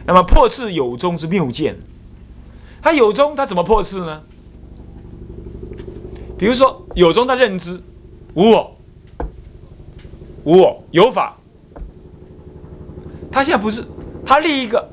那么破斥有宗之谬见。他有宗他怎么破斥呢？比如说有宗他认知无我，无我有法，他现在不是，他立一个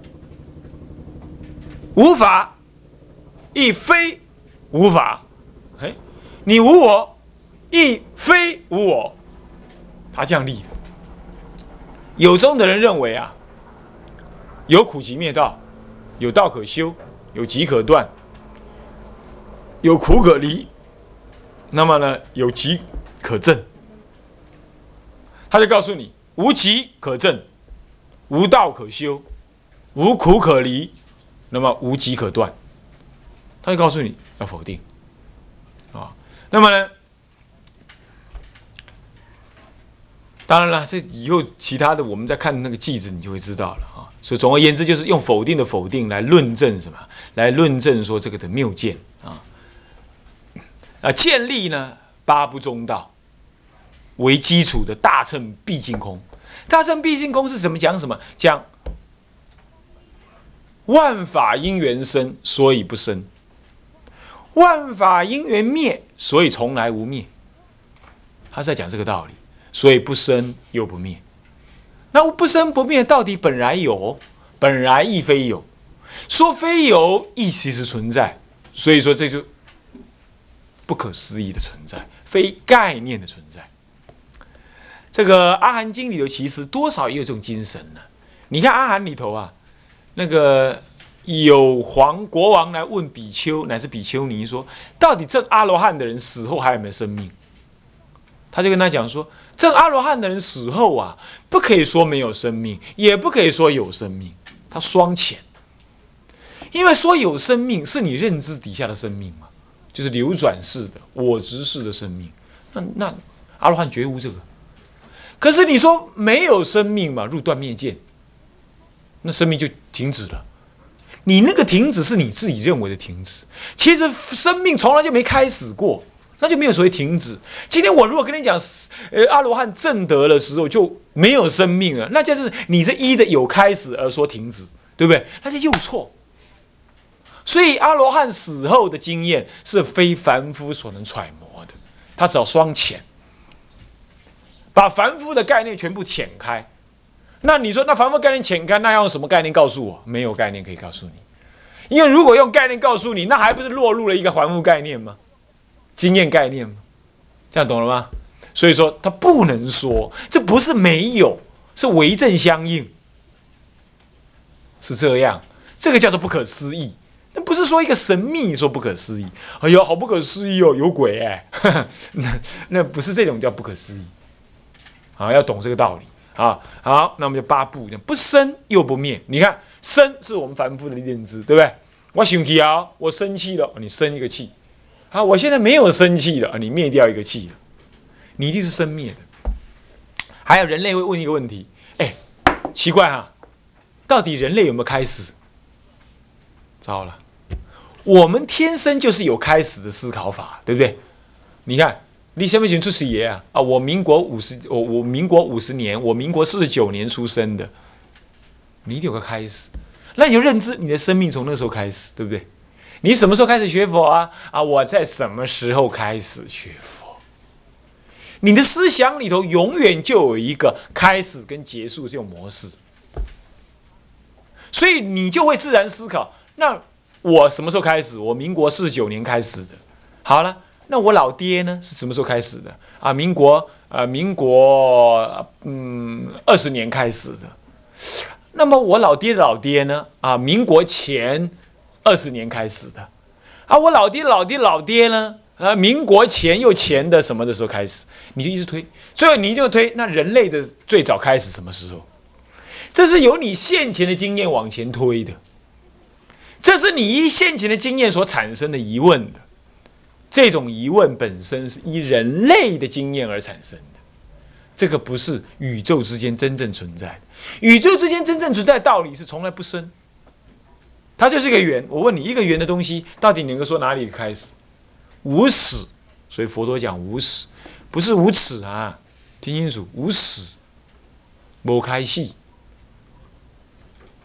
无法亦非无法，哎，你无我亦非无我，他这样立的。有宗的人认为啊，有苦集灭道，有道可修，有集可断，有苦可离，那么呢，有集可证。他就告诉你，无集可证，无道可修，无苦可离，那么无集可断。他就告诉你要否定啊。那么呢，当然了，这以后其他的我们再看那个句子，你就会知道了啊。所以总而言之，就是用否定的否定来论证什么？来论证说这个的谬见啊。建立呢八不中道为基础的大乘毕竟空。大乘毕竟空是怎么讲？什么讲？万法因缘生，所以不生；万法因缘灭，所以从来无灭。他在讲这个道理，所以不生又不灭。那不生不灭到底本来有，本来亦非有。说非有，亦其实存在。所以说这就不可思议的存在，非概念的存在。这个阿含经里头其实多少也有这种精神呢。你看阿含里头啊，那个有国王来问比丘乃至比丘尼说，到底证阿罗汉的人死后还有没有生命？他就跟他讲说，证阿罗汉的人死后啊，不可以说没有生命，也不可以说有生命，他双潜。因为说有生命是你认知底下的生命嘛，就是流转式的我执式的生命。那阿罗汉绝无这个。可是你说没有生命嘛，入断灭见，那生命就停止了。你那个停止是你自己认为的停止，其实生命从来就没开始过，那就没有所谓停止。今天我如果跟你讲，阿罗汉证得的时候就没有生命了，那就是你是依着有开始而说停止，对不对？那就又错。所以阿罗汉死后的经验是非凡夫所能揣摩的，他只要双潜，把凡夫的概念全部潜开。那你说，那凡夫概念潜开，那要用什么概念告诉我？没有概念可以告诉你，因为如果用概念告诉你，那还不是落入了一个凡夫概念吗？经验概念吗？这样懂了吗？所以说，他不能说，这不是没有，是为正相应，是这样。这个叫做不可思议。那不是说一个神秘说不可思议，哎呀，好不可思议哦，有鬼哎、那不是这种叫不可思议啊，要懂这个道理啊。好，那我们就八不，不生又不灭。你看，生是我们凡夫的认知，对不对？我生气啊，我生气了，你生一个气。好，我现在没有生气了，你灭掉一个气了，你一定是生灭的。还有人类会问一个问题，哎，奇怪哈、到底人类有没有开始？糟了。我们天生就是有开始的思考法，对不对？你看，你什么时候出世爷啊？啊，我民国50年，我民国49年出生的，你一定有个开始。那你就认知你的生命从那个时候开始，对不对？你什么时候开始学佛啊？啊，我在什么时候开始学佛？你的思想里头永远就有一个开始跟结束这种模式，所以你就会自然思考，那我什么时候开始？我民国49年开始的。好了，那我老爹呢？是什么时候开始的？啊，民国20年开始的。那么我老爹的老爹呢？啊，民国前20年开始的。啊，我老爹的老爹呢？啊，民国前又前的什么的时候开始？你就一直推，最后你就推，那人类的最早开始什么时候？这是由你现前的经验往前推的。这是你依现前的经验所产生的疑问的，这种疑问本身是依人类的经验而产生的，这个不是宇宙之间真正存在的。宇宙之间真正存在的道理是从来不生，它就是一个圆。我问你，一个圆的东西到底能够说哪里开始？无始，所以佛陀讲无始，不是无耻啊，听清楚，无始，没开始。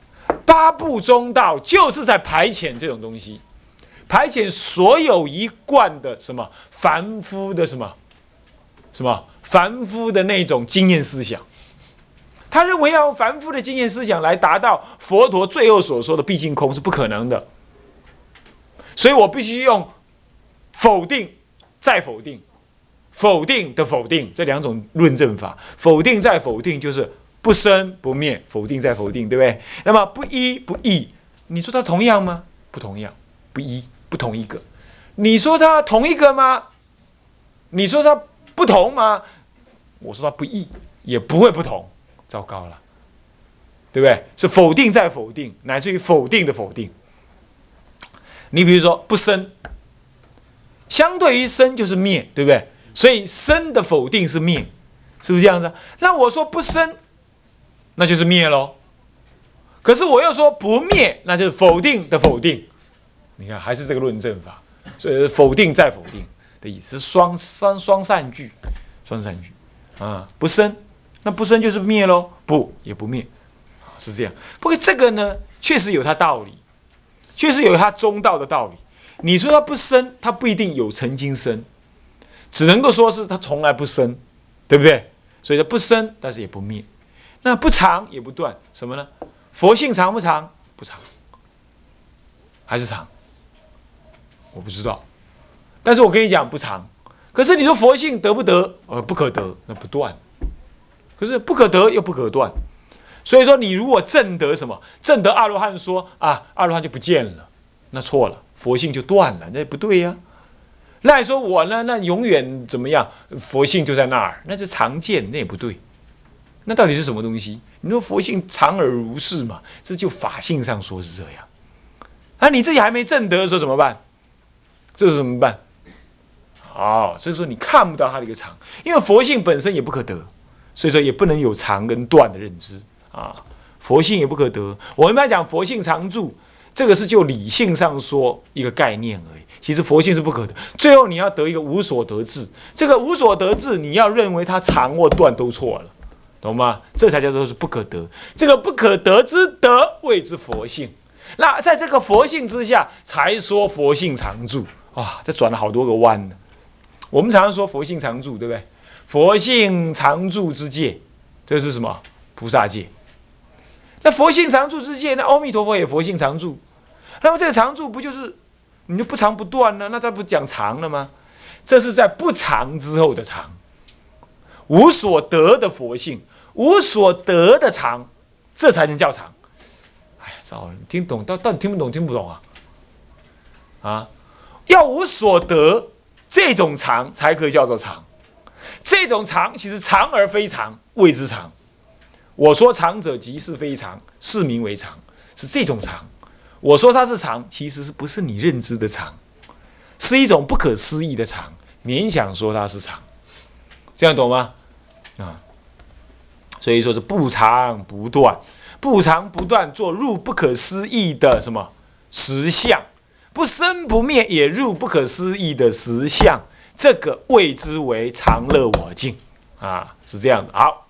八部中道就是在排遣这种东西，排遣所有一贯的什么凡夫的什么凡夫的那种经验思想。他认为要用凡夫的经验思想来达到佛陀最后所说的毕竟空是不可能的，所以我必须用否定再否定，否定的否定这两种论证法。否定再否定就是不生不灭，否定再否定，对不对？那么不一不异，你说它同样吗？不同样，不一，不同一个。你说它同一个吗？你说它不同吗？我说它不异，也不会不同。糟糕了，对不对？是否定再否定，乃至于否定的否定。你比如说不生，相对于生就是灭，对不对？所以生的否定是灭，是不是这样子？那我说不生，那就是灭咯。可是我又说不灭，那就是否定的否定。你看，还是这个论证法，所以否定再否定的意思是双善句，双善句啊，不生。那不生就是灭咯，不也不灭，是这样。不过这个呢，确实有它道理，确实有它中道的道理。你说它不生，它不一定有曾经生，只能够说是它从来不生，对不对？所以它不生，但是也不灭。那不长也不断，什么呢？佛性长不长？不长，还是长？我不知道。但是我跟你讲不长。可是你说佛性得不得？不可得，那不断。可是不可得又不可断，所以说你如果证得什么，证得阿罗汉说啊，阿罗汉就不见了，那错了，佛性就断了，那不对呀。那你说我呢，那永远怎么样？佛性就在那儿，那是常见，那也不对。那到底是什么东西？你说佛性常而如是嘛？这就法性上说是这样。那你自己还没证得的时候怎么办？这是怎么办？好，所以说你看不到它的一个常，因为佛性本身也不可得。所以说也不能有长跟断的认知啊，佛性也不可得。我们一般讲佛性常住，这个是就理性上说一个概念而已。其实佛性是不可得，最后你要得一个无所得智。这个无所得智，你要认为它长或断都错了，懂吗？这才叫做是不可得。这个不可得之德谓之佛性。那在这个佛性之下，才说佛性常住啊。这转了好多个弯呢。我们常常说佛性常住，对不对？佛性常住之界，这是什么？菩萨界。那佛性常住之界，那阿弥陀佛也佛性常住。那么这个常住不就是你就不长不断呢？那这不讲长了吗？这是在不长之后的长，无所得的佛性，无所得的长，这才能叫长。哎呀，糟了，你听懂到底听不懂？听不懂啊？啊，要无所得，这种长才可以叫做长。这种常其实常而非常，谓之常。我说常者即是非常，是名为常，是这种常。我说它是常，其实是不是你认知的常，是一种不可思议的常，勉强说它是常，这样懂吗？啊，所以说是不长不断，不长不断做入不可思议的什么实相，不生不灭也入不可思议的实相。这个谓之为常乐我净啊，是这样的。好，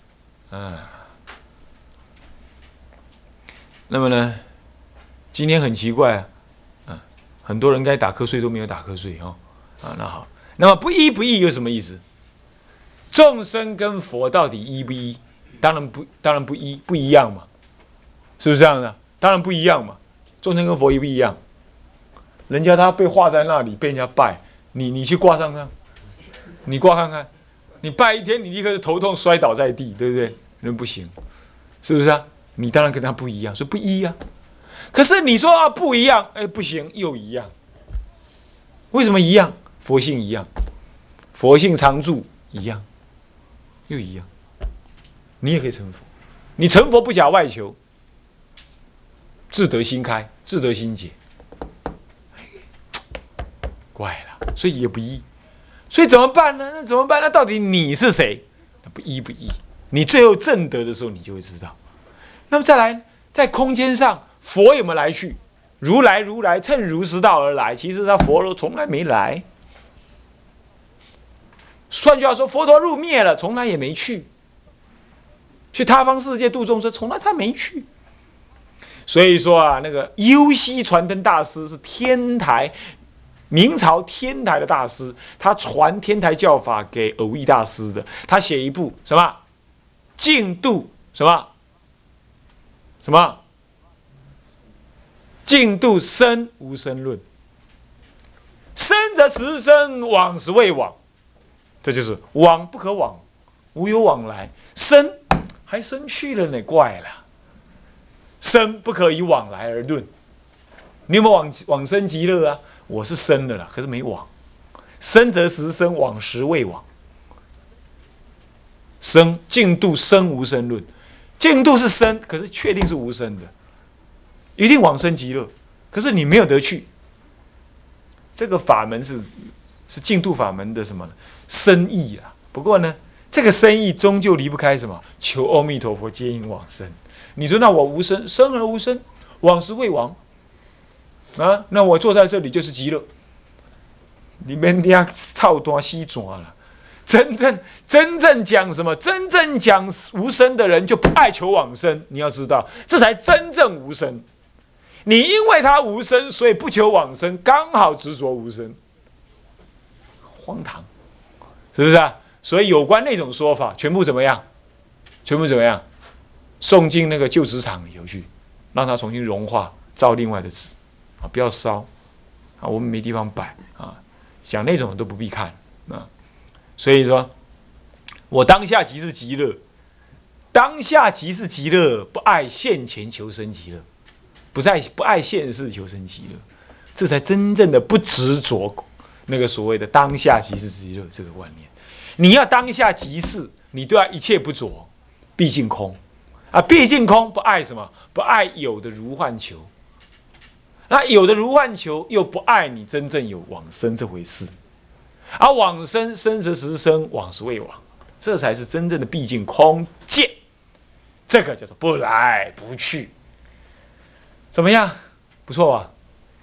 那么呢，今天很奇怪很多人该打瞌睡都没有打瞌睡那好，那么不一不异有什么意思？众生跟佛到底一不一？当然不一，不一样嘛，是不是这样的？当然不一样嘛，众生跟佛一不一样？人家他被画在那里，被人家拜。你去挂上看，你挂看看，你拜一天，你立刻就头痛摔倒在地，对不对？人不行，是不是啊？你当然跟他不一样，所以不一啊。可是你说不一样，不行，又一样。为什么一样？佛性一样，佛性常住一样，又一样。你也可以成佛，你成佛不假外求，自得心开，自得心解。怪了，所以也不一，所以怎么办呢？那怎么办？那到底你是谁？不一不一，你最后证得的时候，你就会知道。那么再来，在空间上，佛有没有来去？如来乘如实道而来，其实他佛陀从来没来。换句话说，佛陀入灭了，从来也没去。去他方世界度众生，从来他没去。 所以说啊，那个幽西传灯大师是天台明朝天台的大师，他传天台教法给蕅益大师的。他写一部什么净度什么什么净度生无生论，生则实生，往时未往，这就是往不可往，无有往来，生还生去了呢，怪了。生不可以往来而论，你有没有往生极乐啊？我是生了啦，可是没往。生则实生，往时未往。生净度生无生论，净度是生，可是确定是无生的，一定往生极乐，可是你没有得去。这个法门是净度法门的什么呢？深意啊。不过呢，这个深意终究离不开什么？求阿弥陀佛接引往生。你说那我无生，生而无生，往时未往啊，那我坐在这里就是极乐。你们俩操多西抓了。真正讲什么？真正讲无生的人就不爱求往生。你要知道，这才真正无生。你因为他无生，所以不求往生，刚好执着无生，荒唐，是不是啊？所以有关那种说法，全部怎么样？全部怎么样？送进那个旧纸厂里头去，让它重新融化，造另外的纸啊，不要烧啊，我们没地方摆啊，讲那种都不必看啊。所以说，我当下即是极乐，当下即是极乐，不爱现前求生极乐，不爱现世求生极乐，这才真正的不执着那个所谓的当下即是极乐这个观念。你要当下即是，你对一切不着，毕竟空。啊，毕竟空，不爱什么？不爱有的如幻求。那有的如幻求，又不爱你真正有往生这回事。而往生，生则实生，往时未往，这才是真正的毕竟空见。这个叫做不来不去。怎么样？不错吧？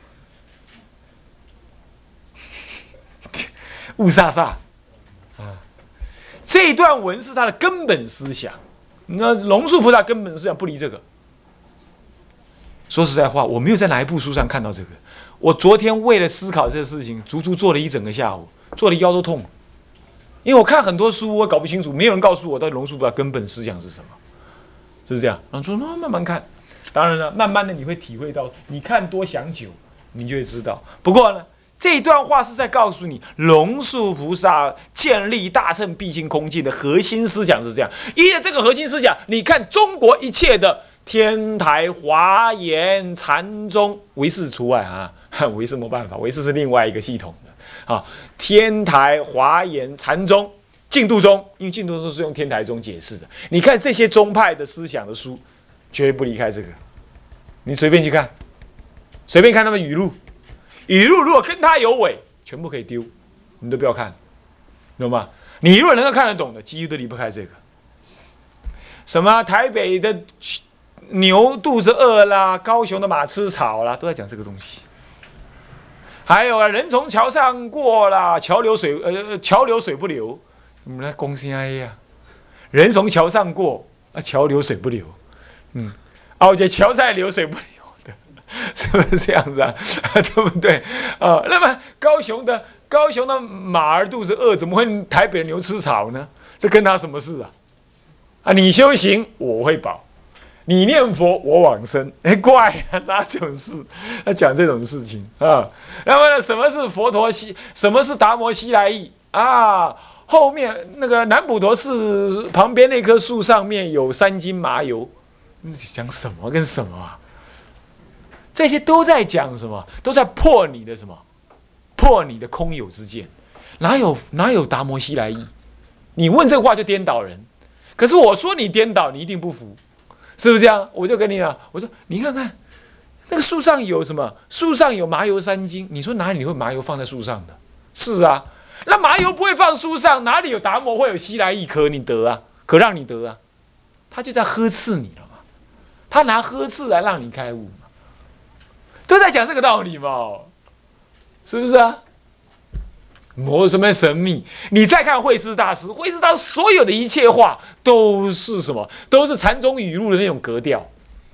雾煞煞啊！这一段文是他的根本思想。那龙树菩萨根本思想不离这个。说实在话，我没有在哪一部书上看到这个。我昨天为了思考这个事情，足足做了一整个下午，做的腰都痛。因为我看很多书，我搞不清楚，没有人告诉我到底龙树菩萨根本思想是什么，是不是这样？然后说慢慢看，当然了，慢慢的你会体会到，你看多想久，你就会知道。不过呢，这一段话是在告诉你，龙树菩萨建立大乘毕竟空境的核心思想是这样。依着这个核心思想，你看中国一切的天台、华严、禅宗，唯识除外啊，唯识没办法，唯识是另外一个系统的啊。天台、华严、禅宗、净土宗，因为净土宗是用天台宗解释的。你看这些宗派的思想的书，绝不离开这个。你随便去看，随便看他们语录。语录如果跟他有违，全部可以丢，你都不要看，懂吗？你如果能够看得懂的，几乎都离不开这个。什么台北的牛肚子饿啦，高雄的马吃草啦，都在讲这个东西。还有啊，人从桥上过啦，桥流水不流，我们来讲啥呀？人从桥上过啊，桥流水不流，而且桥在流水不流。是不是这样子啊？对不对？那么高雄的马儿肚子饿，怎么会台北的牛吃草呢？这跟他什么事啊？啊，你修行我会保，你念佛我往生，怪啊，哪这种事？他讲这种事情啊？那么什么是佛陀什么是达摩西来意啊？后面那个南普陀寺旁边那棵树上面有3斤麻油，你讲什么跟什么啊？这些都在讲什么？都在破你的什么？破你的空有之见。哪有达摩西来意？你问这个话就颠倒人。可是我说你颠倒，你一定不服，是不是这样？我就跟你讲，我说你看看那个树上有什么？树上有麻油3斤，你说哪里会麻油放在树上的？是啊，那麻油不会放树上，哪里有达摩会有西来意可你得啊？可让你得啊？他就在呵斥你了嘛，他拿呵斥来让你开悟嘛。都在讲这个道理嘛，是不是啊？没有什么神秘。你再看慧思大师，慧思大师所有的一切话都是什么？都是禅宗语录的那种格调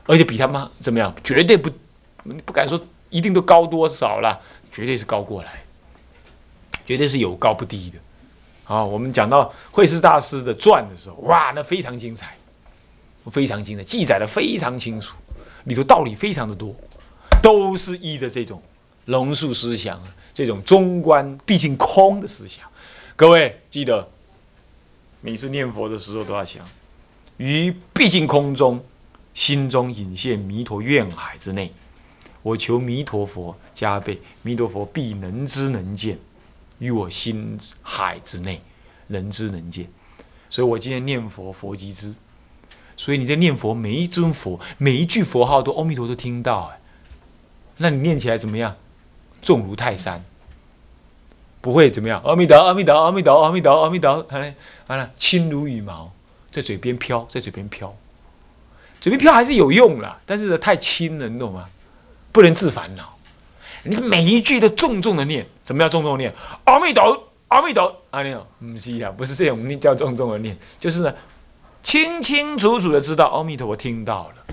而且比他们怎么样？绝对不敢说一定都高多少啦，绝对是高过来，绝对是有高不低的。好，我们讲到慧思大师的传的时候，哇，那非常精彩，非常精彩，记载的非常清楚，里头道理非常的多，都是依的这种龙树思想，这种中观毕竟空的思想。各位记得，每次念佛的时候都要想，于毕竟空中，心中隐现弥陀愿海之内，我求弥陀佛加倍，弥陀佛必能知能见，于我心海之内，能知能见。所以我今天念佛，佛即知。所以你在念佛，每一尊佛，每一句佛号都阿弥陀都听到，那你念起来怎么样？重如泰山，不会怎么样？阿弥陀，阿弥陀，阿弥陀，阿弥陀，阿弥陀，完了，轻如羽毛，在嘴边飘，在嘴边飘，嘴边飘还是有用啦，但是太轻了，你懂吗？不能自烦恼。你每一句都重重的念，怎么样？重重的念？阿弥陀，阿弥陀，阿弥陀，不是啊，不是这种念叫重重的念，就是呢，清清楚楚的知道阿弥陀佛听到了，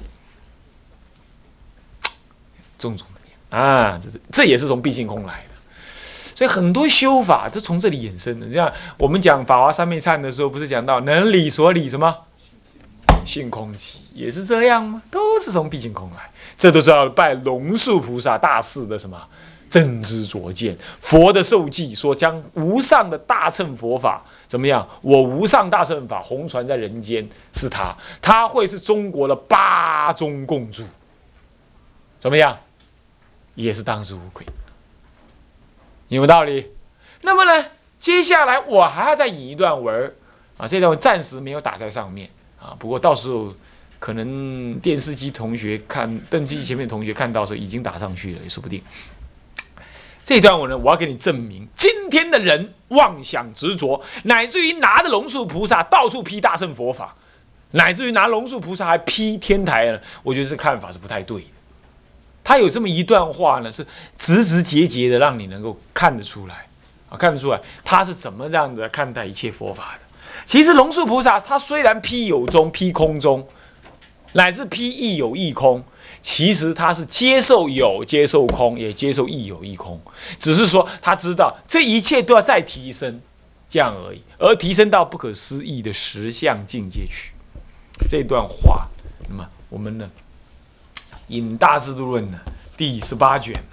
重重的念啊，这也是从毕竟空来的。所以很多修法都从这里衍生的。你像我们讲法华三昧忏的时候，不是讲到能理所理什么性空寂，也是这样吗？都是从毕竟空来。这都是要拜龙树菩萨大士的什么真知灼见。佛的受记说，将无上的大乘佛法怎么样？我无上大乘法弘传在人间，是他会是中国的八宗共著，怎么样？也是当之无愧，有没有道理？那么呢，接下来我还要再引一段文啊，这段文暂时没有打在上面啊，不过到时候可能电视机同学看，电视机前面的同学看到的时候已经打上去了，也说不定。这段文呢，我要给你证明，今天的人妄想执着，乃至于拿着龙树菩萨到处批大乘佛法，乃至于拿龙树菩萨还批天台呢，我觉得这看法是不太对的。他有这么一段话呢，是直直节节的，让你能够看得出来啊，看得出来他是怎么样的看待一切佛法的。其实龙树菩萨他虽然批有中、批空中，乃至批亦有亦空，其实他是接受有、接受空，也接受亦有亦空，只是说他知道这一切都要再提升，这样而已，而提升到不可思议的实相境界去。这段话，那么我们呢，引《大智度论》呢第18卷呢，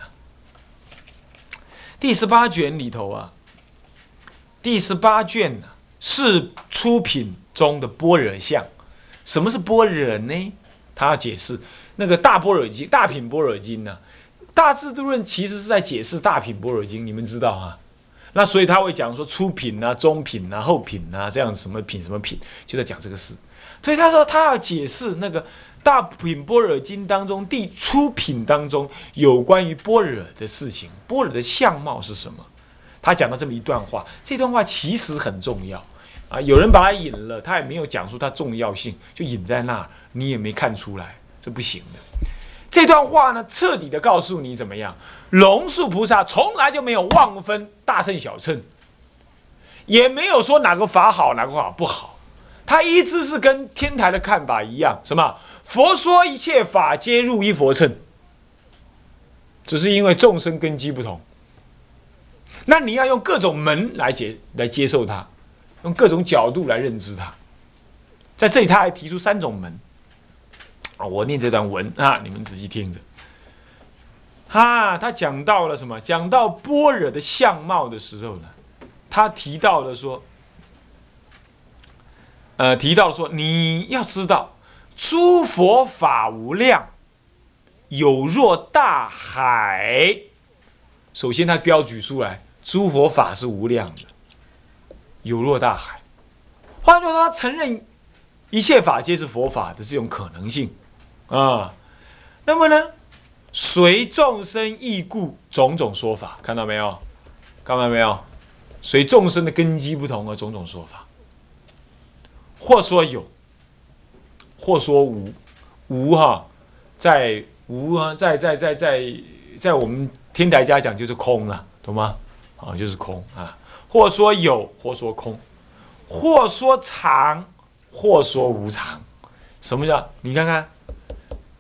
第18卷里头啊，第18卷呢是出品中的般若相。什么是般若呢？他要解释那个大般若经、大品般若经呢。大智度论其实是在解释大品般若经，你们知道啊？那所以他会讲说初品啊、中品啊、后品啊，这样什么品什么品，就在讲这个事。所以他说他要解释那个大品般若经当中第初品当中有关于般若的事情，般若的相貌是什么？他讲到这么一段话，这段话其实很重要啊。有人把它引了，他也没有讲出它重要性，就引在那儿，你也没看出来，这不行的。这段话呢，彻底的告诉你怎么样？龙树菩萨从来就没有妄分大乘小乘，也没有说哪个法好，哪个法不好。他一直是跟天台的看法一样，什么？佛说一切法皆入一佛乘，只是因为众生根基不同。那你要用各种门来接受它，用各种角度来认知它。在这里，他还提出3种门啊。我念这段文啊，你们仔细听着。他讲到了什么？讲到般若的相貌的时候呢，他提到了说，你要知道，诸佛法无量，有若大海。首先，他标举出来，诸佛法是无量的，有若大海。换句话说，他承认一切法皆是佛法的这种可能性啊。那么呢，随众生异故，种种说法，看到没有？看到没有？随众生的根基不同而种种说法。或说有，或说无，无哈，在无啊，在我们天台家讲就是空了，懂吗？啊，就是空啊。或说有，或说空，或说常，或说无常。什么叫？你看看，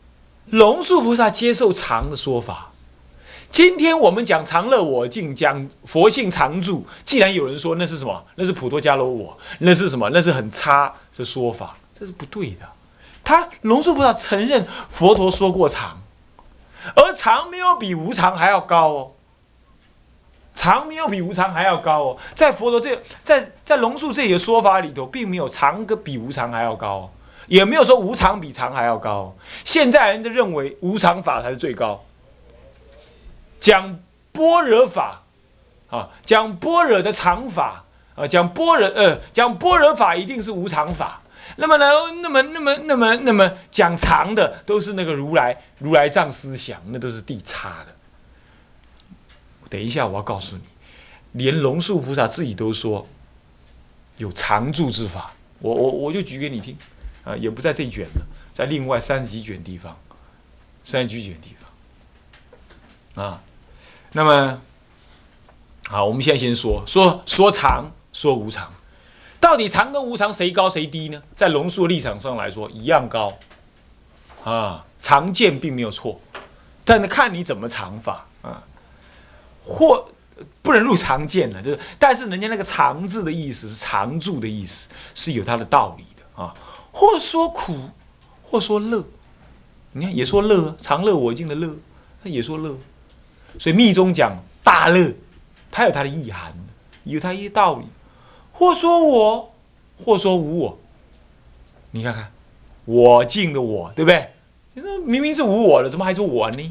龙树菩萨接受常的说法。今天我们讲常乐我净，讲佛性常住。既然有人说那是什么？那是普陀迦罗我，那是什么？那是很差的说法，这是不对的。他龙树菩萨承认佛陀说过常，而常没有比无常还要高哦。常没有比无常还要高哦。在佛陀在龙树这里的说法里头，并没有常比无常还要高哦，也没有说无常比常还要高哦。现在人都认为无常法才是最高。讲般若法啊，讲般若的常法啊，讲般若法一定是无常法。那么呢，那么讲常的都是那个如来藏思想，那都是地差的。等一下我要告诉你，连龙树菩萨自己都说有常住之法。我就举给你听啊，也不在这一卷了，在另外30几卷地方，30几卷地方啊。那么好，我们现在先说常，说无常。到底常跟无常谁高谁低呢？在龙树的立场上来说，一样高啊。常见并没有错，但是看你怎么常法啊，或不能入常见了，就是，但是人家那个常字的意思是常住的意思，是有它的道理的啊。或说苦，或说乐，你看也说乐，常乐我净的乐，他也说乐。所以密宗讲大乐，它有它的意涵，有它一些道理。或说我，或说无我。你看看，我净的我，对不对？明明是无我的，怎么还说我呢？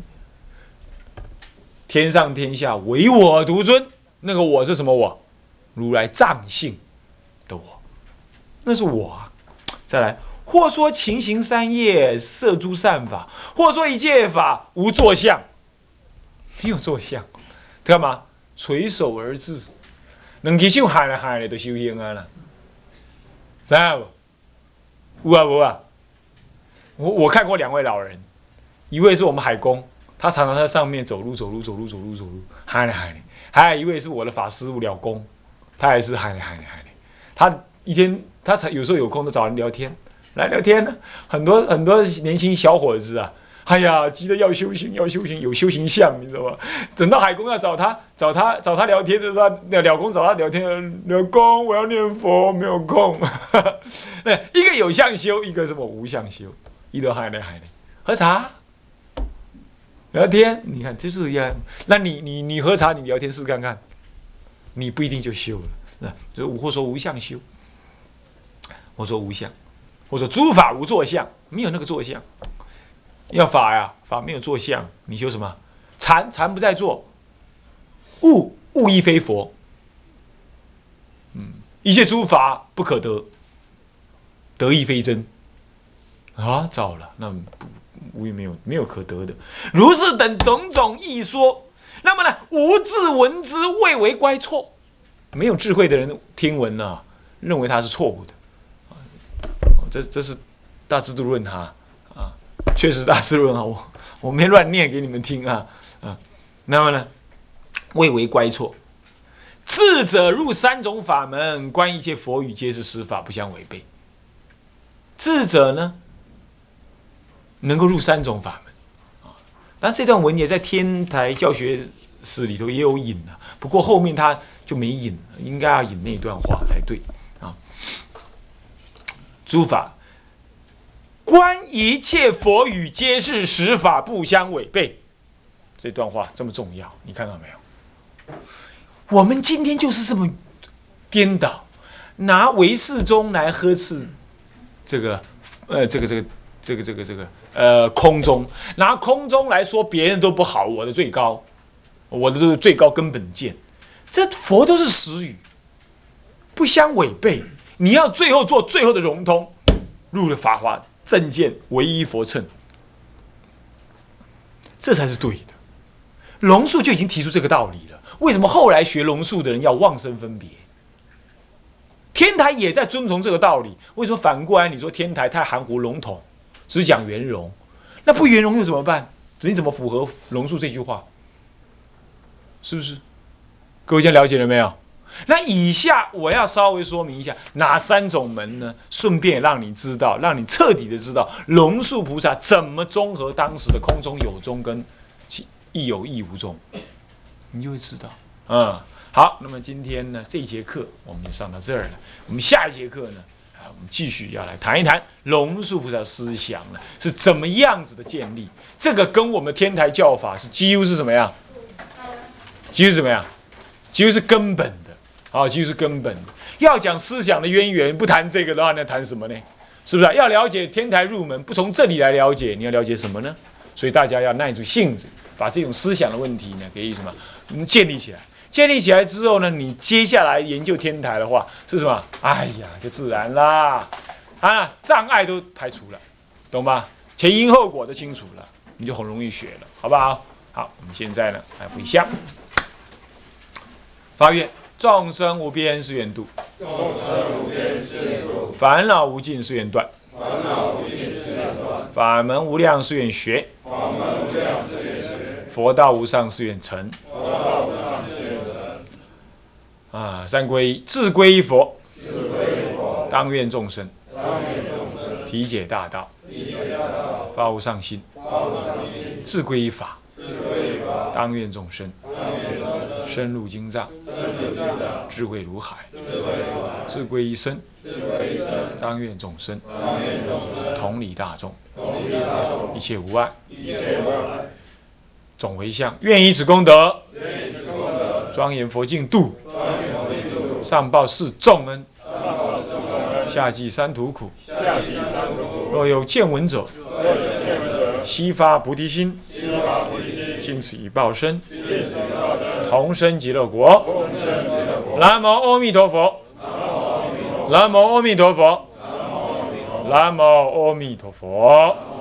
天上天下唯我独尊，那个我是什么我？如来藏性的我，那是我啊。再来，或说情行三业摄诸善法，或说一切法无作相，没有作相，干嘛？垂手而治，两只手喊来喊来就修行啊啦，知道不？有啊无啊？我看过2位老人，一位是我们海公，他常常在上面走路，喊来喊来；还有一位是我的法师了公，他也是喊来。他一天他有时候有空都找人聊天，来聊天呢。很多年轻小伙子啊，哎呀，急得要修行，有修行相，你知道吗？等到海公要找他聊天的时候，了公找他聊天，了公我要念佛，没有空。一个有相修，一个什么无相修，一都喊来，喝茶。聊天，你看就是一样。那你喝茶，你聊天试看看，你不一定就修了。就或说无相修，或说无相，或说诸法无作相，没有那个作相。要法呀，法没有作相，你修什么？禅不在做，物亦非佛。一切诸法不可得，得亦非真。啊，糟了，那无没有可得的。如是等种种义说，那么呢，无智闻之，谓为乖错。没有智慧的人听闻呢，认为它是错误的。这是大智度论哈啊，确实大智度论啊，我没乱念给你们听啊。那么呢，谓为乖错。智者入3种法门，观一切佛语皆是实法，不相违背。智者呢，能够入3种法门啊。当然这段文也在天台教学史里头也有引了，不过后面他就没引了，应该要引那段话才对啊。诸法观一切佛语皆是实法，不相违背。这段话这么重要，你看到没有？我们今天就是这么颠倒，拿唯识宗来呵斥这个空中，拿空中来说别人都不好，我的最高，我的都是最高根本见。这佛都是实语，不相违背。你要最后做最后的融通，入了法华正见唯一佛乘，这才是对的。龙树就已经提出这个道理了。为什么后来学龙树的人要妄生分别？天台也在遵从这个道理。为什么反过来你说天台太含糊笼统，只讲圆融？那不圆融又怎么办？你怎么符合龙树这句话？是不是？各位现在了解了没有？ 那以下我要稍微说明一下哪3种门呢？顺便让你知道，让你彻底的知道龙树菩萨怎么综合当时的空中有中跟亦有亦无中，你就会知道。好，那么今天呢这一节课我们就上到这儿了。我们下一节课呢，我们继续要来谈一谈龙树菩萨思想呢是怎么样子的建立。这个跟我们天台教法是几乎是什么样？几乎是怎么样？几乎是根本的，几乎是根本的。要讲思想的渊源，不谈这个的话，那谈什么呢？是不是？要了解天台入门，不从这里来了解，你要了解什么呢？所以大家要耐住性子，把这种思想的问题呢，给什么建立起来。建立起来之后呢，你接下来研究天台的话是什么？哎呀，就自然啦，障碍都排除了，懂吧？前因后果都清楚了，你就很容易学了，好不好？好，我们现在呢来回向，发愿：众生无边誓愿度，众生无边誓愿度；烦恼无尽誓愿断，烦恼无尽誓愿断；法门无量誓愿学，法门无量誓愿学；佛道无上誓愿成，佛道无上誓愿成。三皈依，自皈依佛，自皈依佛；当愿众生，当愿众生体解大道，体解大道；发无上心，发无上心；自皈依法，自皈依法；当愿众生，当愿众生深入经藏，深入经藏；智慧如海，智慧如海；自皈依身，自皈依身；当愿众生，当愿众生同理大众，同理大众；一切无碍，一切无碍。总回向，愿以此功德，愿以此功德庄严佛净土，上报四重恩，下济三途苦。若有见闻者，悉发菩提心，尽此一报身，同生极乐国。南无阿弥陀佛，南无阿弥陀佛，南无阿弥陀佛。